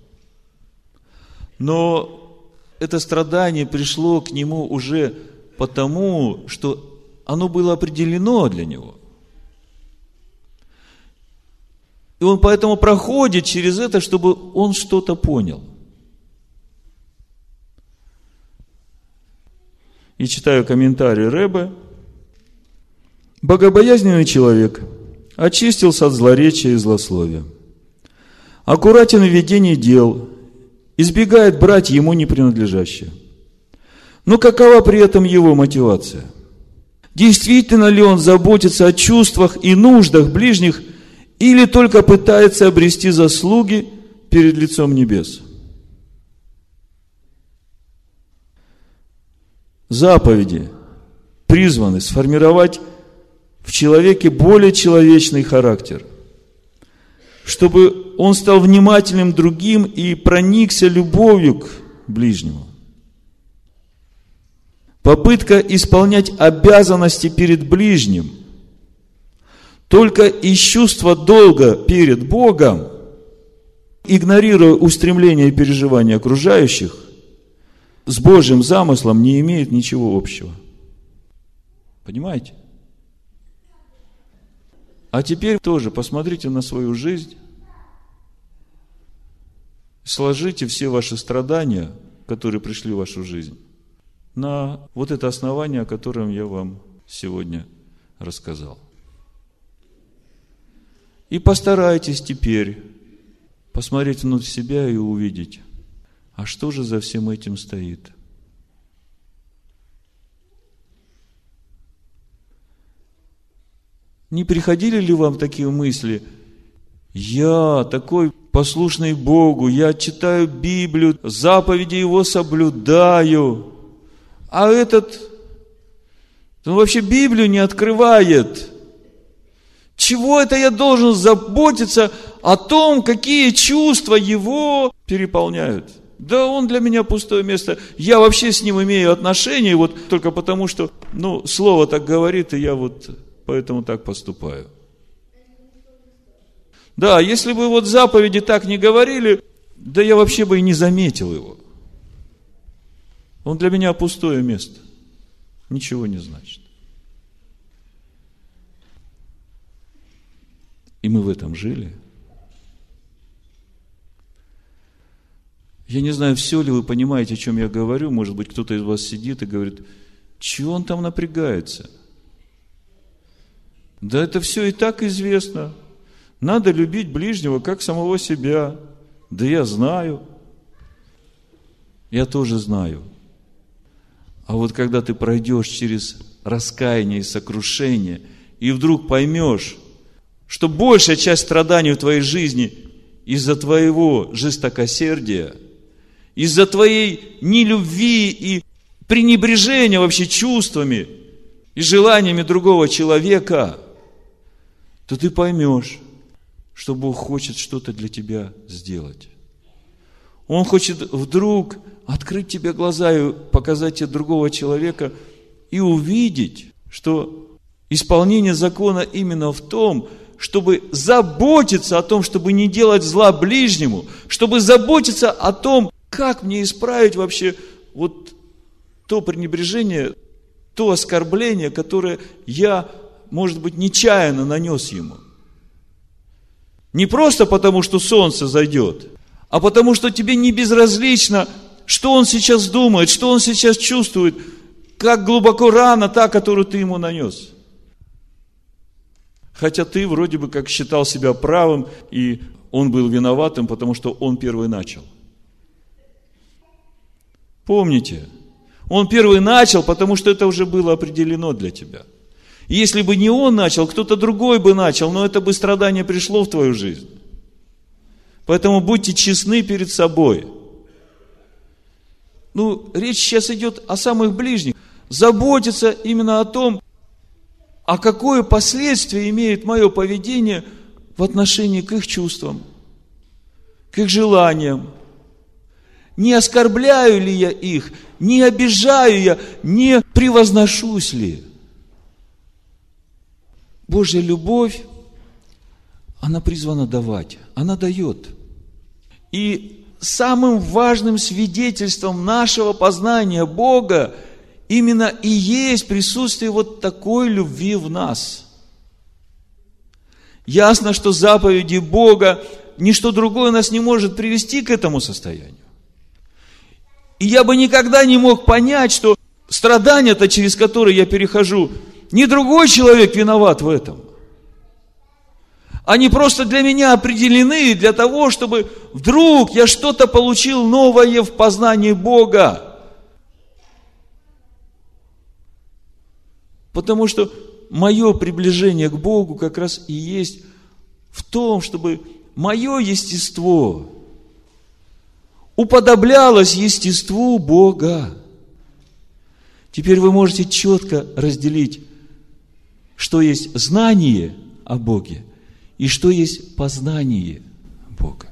но это страдание пришло к нему уже потому, что оно было определено для него. И он поэтому проходит через это, чтобы он что-то понял. И читаю комментарий Ребе. Богобоязненный человек очистился от злоречия и злословия. Аккуратен в ведении дел, избегает брать ему не принадлежащее. Но какова при этом его мотивация? Действительно ли он заботится о чувствах и нуждах ближних, или только пытается обрести заслуги перед лицом небес? Заповеди призваны сформировать в человеке более человечный характер, чтобы он стал внимательным к другим и проникся любовью к ближнему. Попытка исполнять обязанности перед ближним только из чувства долга перед Богом, игнорируя устремления и переживания окружающих, с Божьим замыслом не имеет ничего общего. Понимаете? А теперь тоже посмотрите на свою жизнь, сложите все ваши страдания, которые пришли в вашу жизнь, на вот это основание, о котором я вам сегодня рассказал. И постарайтесь теперь посмотреть внутрь себя и увидеть, а что же за всем этим стоит? Не приходили ли вам такие мысли? Я такой послушный Богу, я читаю Библию, заповеди Его соблюдаю, а этот, он вообще Библию не открывает. Чего это я должен заботиться о том, какие чувства его переполняют? Да он для меня пустое место. Я вообще с ним имею отношения, вот только потому, что, ну, слово так говорит, и я вот поэтому так поступаю. Да, если бы вот заповеди так не говорили, да я вообще бы и не заметил его. Он для меня пустое место. Ничего не значит. И мы в этом жили. Я не знаю, все ли вы понимаете, о чем я говорю. Может быть, кто-то из вас сидит и говорит, чего он там напрягается? Да это все и так известно. Надо любить ближнего, как самого себя. Да я знаю. Я тоже знаю. А вот когда ты пройдешь через раскаяние и сокрушение, и вдруг поймешь, что большая часть страданий в твоей жизни из-за твоего жестокосердия, из-за твоей нелюбви и пренебрежения вообще чувствами и желаниями другого человека, то ты поймешь, что Бог хочет что-то для тебя сделать. Он хочет вдруг открыть тебе глаза и показать тебе другого человека и увидеть, что исполнение закона именно в том, чтобы заботиться о том, чтобы не делать зла ближнему, чтобы заботиться о том, как мне исправить вообще вот то пренебрежение, то оскорбление, которое я, может быть, нечаянно нанес ему. Не просто потому, что солнце зайдет, а потому, что тебе не безразлично, что он сейчас думает, что он сейчас чувствует, как глубоко рана та, которую ты ему нанес. Хотя ты вроде бы как считал себя правым, и он был виноватым, потому что он первый начал. Помните, он первый начал, потому что это уже было определено для тебя. И если бы не он начал, кто-то другой бы начал, но это бы страдание пришло в твою жизнь. Поэтому будьте честны перед собой. Ну, речь сейчас идет о самых ближних. Заботиться именно о том, а какое последствие имеет мое поведение в отношении к их чувствам, к их желаниям. Не оскорбляю ли я их, не обижаю я, не превозношусь ли? Божья любовь, она призвана давать. Она дает. И самым важным свидетельством нашего познания Бога именно и есть присутствие вот такой любви в нас. Ясно, что заповеди Бога, ничто другое нас не может привести к этому состоянию. И я бы никогда не мог понять, что страдания-то, через которые я перехожу, не другой человек виноват в этом. Они просто для меня определены для того, чтобы вдруг я что-то получил новое в познании Бога. Потому что мое приближение к Богу как раз и есть в том, чтобы мое естество уподоблялось естеству Бога. Теперь вы можете четко разделить, что есть знание о Боге и что есть познание Бога.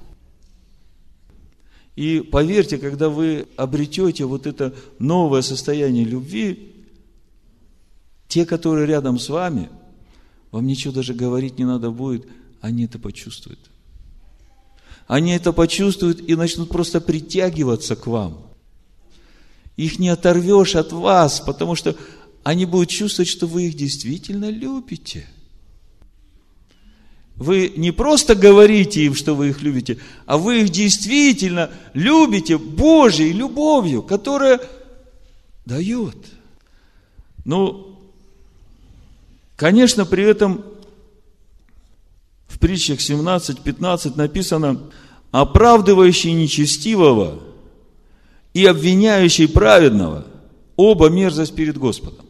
И поверьте, когда вы обретете вот это новое состояние любви, те, которые рядом с вами, вам ничего даже говорить не надо будет, они это почувствуют. Они это почувствуют и начнут просто притягиваться к вам. Их не оторвешь от вас, потому что они будут чувствовать, что вы их действительно любите. Вы не просто говорите им, что вы их любите, а вы их действительно любите Божьей любовью, которая дает. Ну, конечно, при этом в притчах семнадцать пятнадцать написано: оправдывающий нечестивого и обвиняющий праведного оба мерзость перед Господом.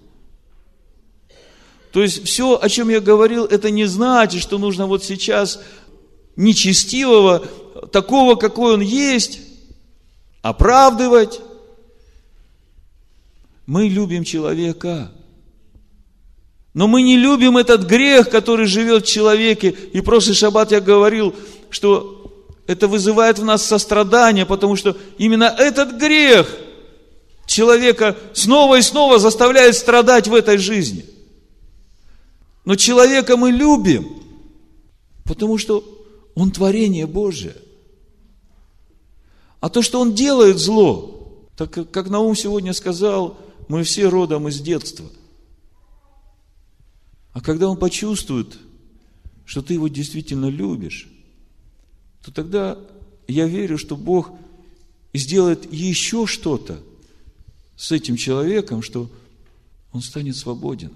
То есть все, о чем я говорил, это не значит, что нужно вот сейчас нечестивого, такого, какой он есть, оправдывать. Мы любим человека. Но мы не любим этот грех, который живет в человеке. И в прошлый шаббат я говорил, что это вызывает в нас сострадание, потому что именно этот грех человека снова и снова заставляет страдать в этой жизни. Но человека мы любим, потому что он творение Божие. А то, что он делает зло, так как Наум сегодня сказал, мы все родом из детства. А когда он почувствует, что ты его действительно любишь, то тогда я верю, что Бог сделает еще что-то с этим человеком, что он станет свободен.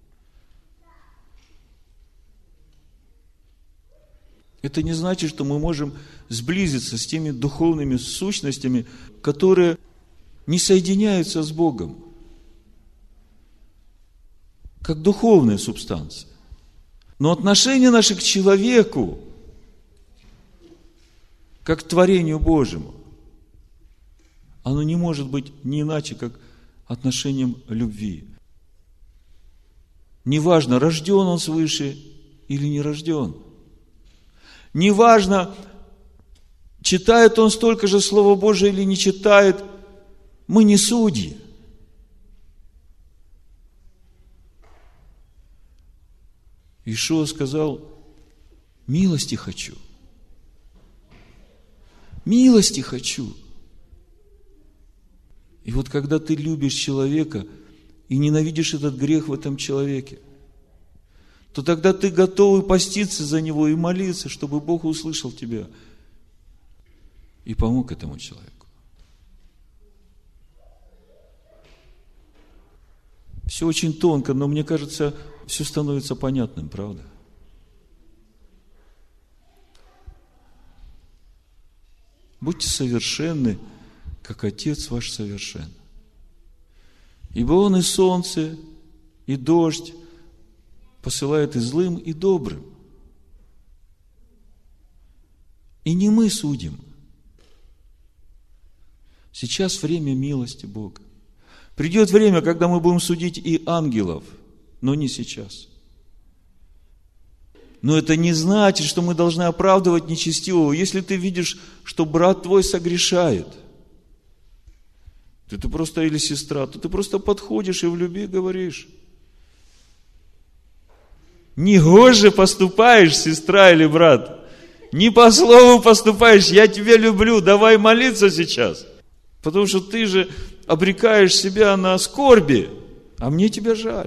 Это не значит, что мы можем сблизиться с теми духовными сущностями, которые не соединяются с Богом, как духовная субстанция. Но отношение наше к человеку, как к творению Божьему, оно не может быть не иначе, как отношением любви. Неважно, рожден он свыше или не рожден. Неважно, читает он столько же Слова Божия или не читает. Мы не судьи. Иешуа сказал: милости хочу. Милости хочу. И вот когда ты любишь человека и ненавидишь этот грех в этом человеке, то тогда ты готов и поститься за него, и молиться, чтобы Бог услышал тебя и помог этому человеку. Все очень тонко, но мне кажется, все становится понятным, правда? Будьте совершенны, как Отец ваш совершен. Ибо Он и солнце, и дождь посылает и злым, и добрым. И не мы судим. Сейчас время милости Бога. Придет время, когда мы будем судить и ангелов, но не сейчас. Но это не значит, что мы должны оправдывать нечестивого. Если ты видишь, что брат твой согрешает, то ты просто, или сестра, то ты просто подходишь и в любви говоришь: Негоже поступаешь, сестра или брат. Не по слову поступаешь, я тебя люблю, давай молиться сейчас. Потому что ты же обрекаешь себя на скорби, а мне тебя жаль.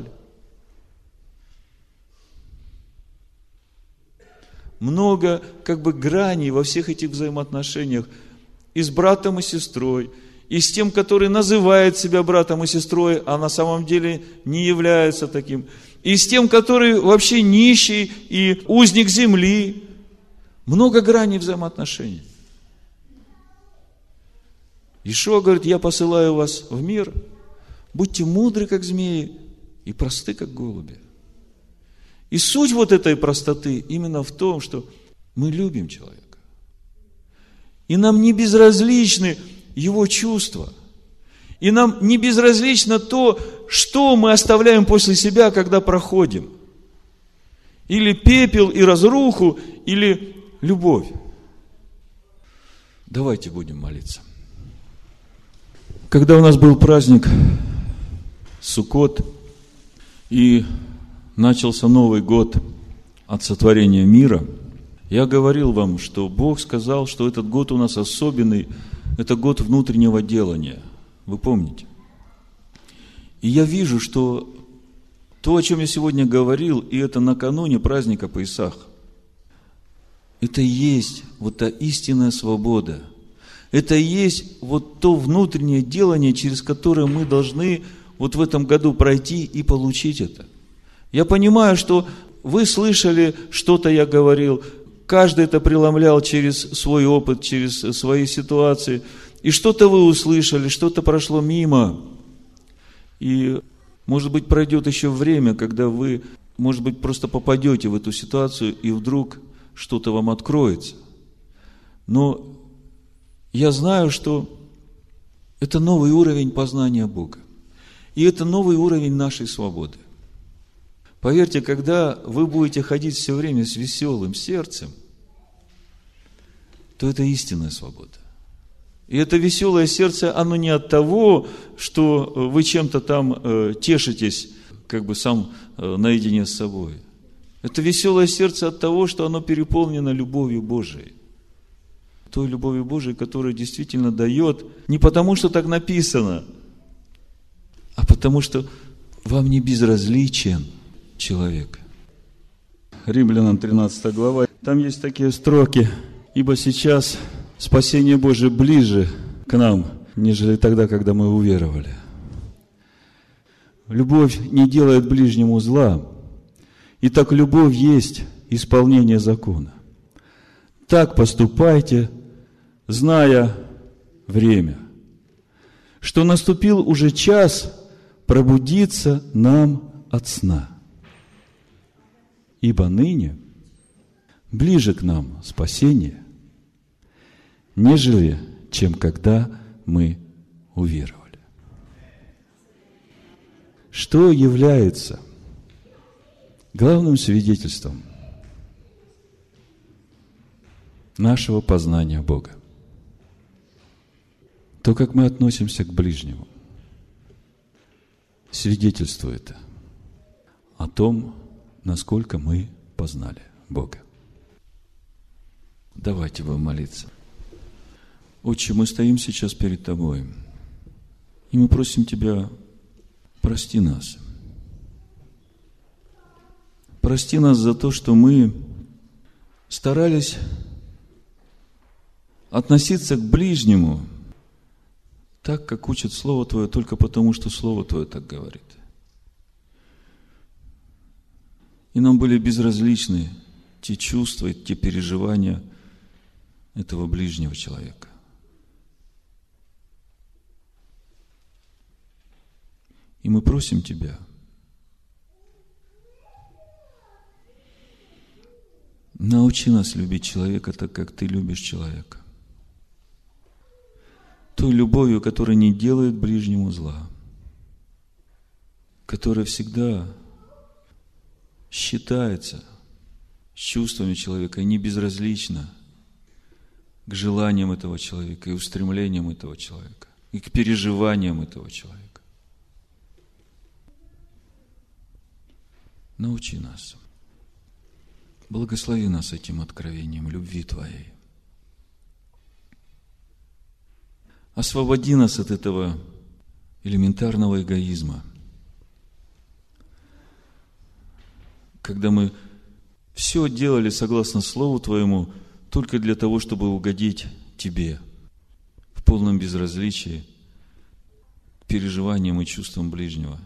Много как бы граней во всех этих взаимоотношениях и с братом и сестрой, и с тем, который называет себя братом и сестрой, а на самом деле не является таким, и с тем, который вообще нищий и узник земли. Много граней взаимоотношений. Иешуа говорит: я посылаю вас в мир, будьте мудры, как змеи, и просты, как голуби. И суть вот этой простоты именно в том, что мы любим человека. И нам не безразличны его чувства. И нам не безразлично то, что мы оставляем после себя, когда проходим. Или пепел и разруху, или любовь. Давайте будем молиться. Когда у нас был праздник Суккот, и начался Новый год от сотворения мира, я говорил вам, что Бог сказал, что этот год у нас особенный, это год внутреннего делания. Вы помните? И я вижу, что то, о чем я сегодня говорил, и это накануне праздника Песах, это и есть вот та истинная свобода. Это и есть вот то внутреннее делание, через которое мы должны вот в этом году пройти и получить это. Я понимаю, что вы слышали, что-то я говорил, каждый это преломлял через свой опыт, через свои ситуации, и что-то вы услышали, что-то прошло мимо. И, может быть, пройдет еще время, когда вы, может быть, просто попадете в эту ситуацию, и вдруг что-то вам откроется. Но я знаю, что это новый уровень познания Бога. И это новый уровень нашей свободы. Поверьте, когда вы будете ходить все время с веселым сердцем, то это истинная свобода. И это веселое сердце, оно не от того, что вы чем-то там э, тешитесь, как бы сам э, наедине с собой. Это веселое сердце от того, что оно переполнено любовью Божией. Той любовью Божией, которая действительно дает, не потому, что так написано, а потому, что вам не безразличен человек. Римлянам тринадцатая глава, там есть такие строки: «Ибо сейчас спасение Божие ближе к нам, нежели тогда, когда мы уверовали». Любовь не делает ближнему зла, и так любовь есть исполнение закона. Так поступайте, зная время, что наступил уже час пробудиться нам от сна. Ибо ныне ближе к нам спасение, нежели чем когда мы уверовали. Что является главным свидетельством нашего познания Бога? То, как мы относимся к ближнему, свидетельствует о том, насколько мы познали Бога. Давайте будем молиться. Отче, мы стоим сейчас перед Тобой, и мы просим Тебя: прости нас. Прости нас за то, что мы старались относиться к ближнему так, как учит Слово Твое, только потому, что Слово Твое так говорит. И нам были безразличны те чувства, те переживания этого ближнего человека. И мы просим Тебя: научи нас любить человека так, как Ты любишь человека. Той любовью, которая не делает ближнему зла, которая всегда считается с чувствами человека и не безразлична к желаниям этого человека и устремлениям этого человека, и к переживаниям этого человека. Научи нас. Благослови нас этим откровением любви Твоей. Освободи нас от этого элементарного эгоизма, когда мы все делали согласно Слову Твоему только для того, чтобы угодить Тебе в полном безразличии к переживаниям и чувствам ближнего.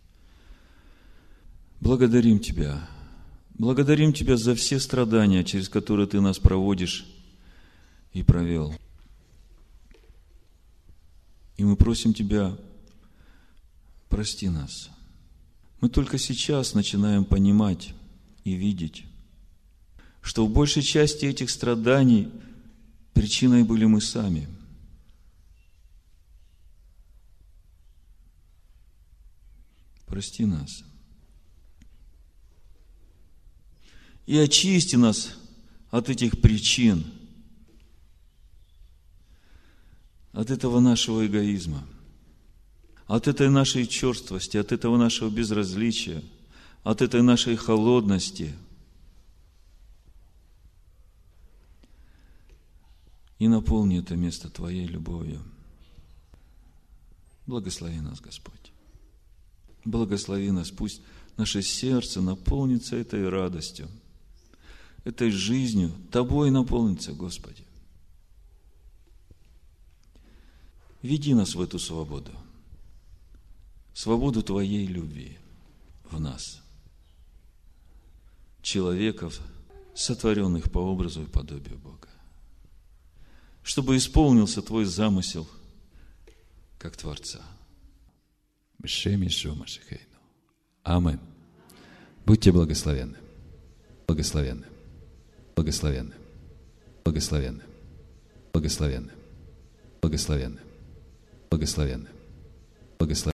Благодарим Тебя. Благодарим Тебя за все страдания, через которые Ты нас проводишь и провел. И мы просим Тебя, прости нас. Мы только сейчас начинаем понимать и видеть, что в большей части этих страданий причиной были мы сами. Прости нас. И очисти нас от этих причин, от этого нашего эгоизма, от этой нашей черствости, от этого нашего безразличия, от этой нашей холодности. И наполни это место Твоей любовью. Благослови нас, Господь. Благослови нас, пусть наше сердце наполнится этой радостью, этой жизнью, Тобой наполнится, Господи. Веди нас в эту свободу, свободу Твоей любви в нас, человеков, сотворенных по образу и подобию Бога, чтобы исполнился Твой замысел как Творца. Бешем Иешуа Машихейну. Амин. Будьте благословенны. Благословенны. Благословенны. Благословенны. Благословенны. Благословенны. Благословенны. Благословенны.